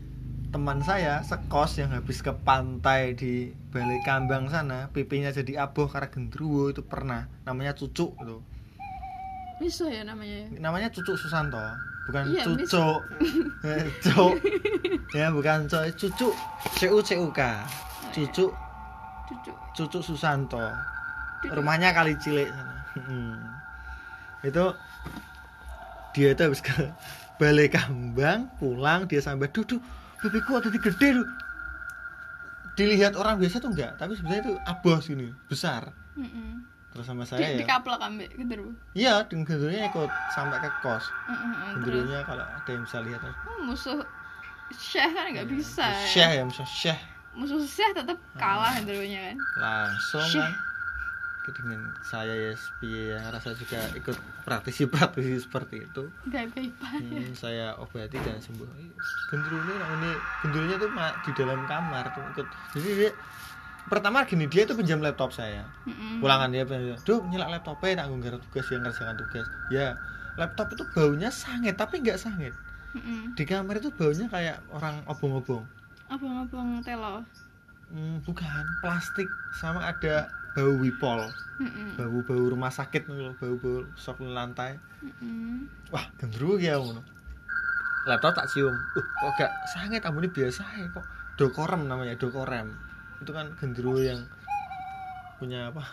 teman saya sekos yang habis ke pantai di Balai Kambang sana, pipinya jadi abuh karena gendruwo itu pernah. Namanya Cucuk itu. Bisa ya namanya. Namanya Cucuk Susanto, bukan Iya, Cucuk. Cuk. Ya, bukan Cucuk. CUCUK. Cucuk Cucuk. Susanto. Rumahnya Kali Cilik sana. Itu dia itu habis ke Balai Kambang, pulang dia sampai duduk, babiku ada di gede tuh. Dilihat orang biasa tuh enggak, tapi sebenarnya itu abos gini, besar. Terus sama saya ya. Dikaplak ambek gendruwo. Iya, gendruwonya ikut sampai ke kos. Gendruwonya kalau ada yang bisa lihat. Musuh Syekh kan nggak bisa. Syekh ya, musuh Syekh tetap kalah gendruwonya kan. Langsung kan dengan saya ya piye yang rasa juga ikut praktisi seperti itu. Saya obati dan sembuh. Gendruwonya tuh di dalam kamar tuh ikut. Jadi dia pertama gini, dia itu pinjam laptop saya. Pulangan dia "Duh, nyelak laptopnya tak nggarap tugas yang ngerjakan tugas." Ya, laptop itu baunya sangit tapi enggak sangit. Di kamar itu baunya kayak orang obong-obong. Obong-obong telo. Bukan, plastik sama ada bau wipol. Bau-bau rumah sakit loh, bau-bau sok lantai. Wah, gendruwo ya ngono. Laptop tak cium. Kok gak sangit, ambune biasa ya kok. Dokorem namanya, dokorem. Itu kan gendruwo yang punya apa?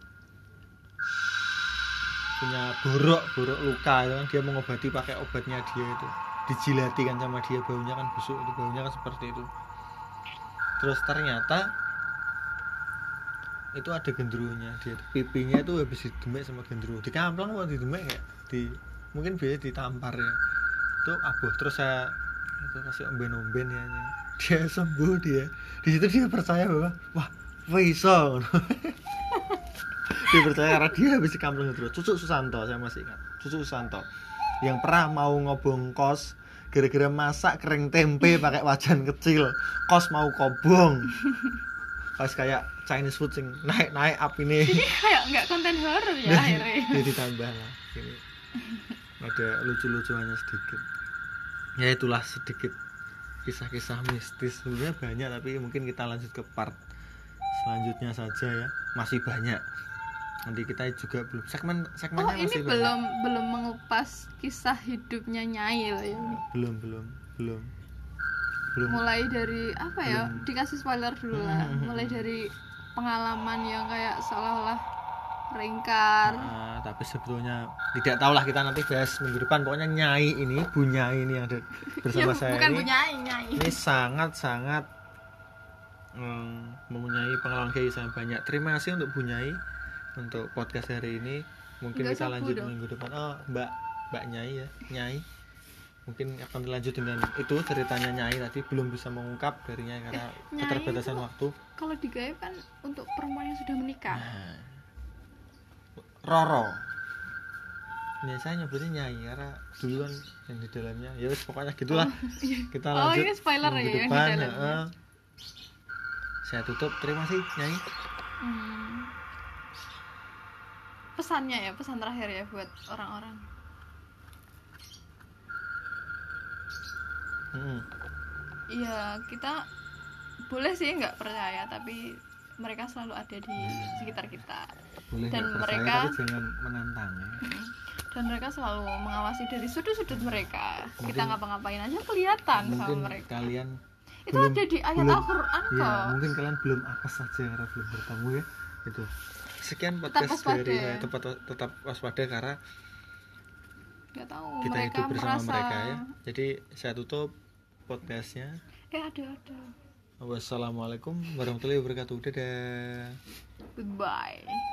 Punya borok luka itu kan, dia mengobati pakai obatnya dia itu. Dijilati kan sama dia, baunya kan busuk, itu baunya kan seperti itu. Terus ternyata itu ada gendruwonya, dia pipinya itu habis didemek sama gendruwo. Dikamplang kok didemek kayak mungkin biasa ditampar ya. Itu abuh. Terus saya itu kasih omben-omben ya. Dia sembuh dia. Di situ dia percaya bahwa wah, bisa. Dia percaya karena dia habis dikamplang gendruwo. Cucuk Susanto, saya masih ingat. Cucuk Susanto yang pernah mau ngobong kos gara-gara masak kering tempe pakai wajan kecil, kos mau kobong. Pas kayak Chinese food sing naik api nih. Ini kayak nggak konten horor ya akhirnya. Jadi ditambah lah. Ini ada lucu-lucuannya sedikit. Ya itulah sedikit kisah-kisah mistis. Sebenarnya banyak tapi mungkin kita lanjut ke part selanjutnya saja ya. Masih banyak. Nanti kita juga belum segmennya masih ini belum mengupas kisah hidupnya Nyai loh ya. Belum. Mulai dari apa ya? Dikasih spoiler dulu lah. Mulai dari pengalaman yang kayak seolah-olah ringkar. Tapi sebetulnya tidak tahulah, kita nanti bahas minggu depan. Pokoknya Nyai ini, Bu Nyai ini yang ada bersama saya bukan ini. Bu Nyai. Ini sangat mempunyai pengalaman kayak saya banyak. Terima kasih untuk Bu Nyai untuk podcast hari ini. Mungkin Nggak kita lanjut dong. minggu depan. Mbak Nyai ya, Nyai. Mungkin akan dilanjut dengan itu ceritanya Nyai tadi, belum bisa mengungkap dari Nyai karena keterbatasan waktu. Kalau digawe kan untuk perempuan yang sudah menikah. Roro. Ini saya nyebutnya Nyai karena duluan yang di dalamnya. Ya wis pokoknya gitulah. Kita lanjut ini spoiler minggu ya depan. yang di dalamnya. Saya tutup. Terima kasih Nyai. Pesannya ya, pesan terakhir ya buat orang-orang. Iya, kita boleh sih nggak percaya, tapi mereka selalu ada di sekitar kita. Boleh Dan percaya, mereka tapi jangan menantang ya. Dan mereka selalu mengawasi dari sudut-sudut mereka. Kita ngapa-ngapain aja kelihatan sama Mungkin mereka. kalian Itu ada di ayat Al-Qur'an kok. Ya, mungkin kalian belum apa saja karena belum bertemu ya. Itu. Sekian podcast dari saya, tetap waspada karena nggak tahu kita mereka hidup bersama merasa... mereka ya. Jadi saya tutup podcastnya. Ada. Wassalamualaikum warahmatullahi wabarakatuh. Dadah. Goodbye.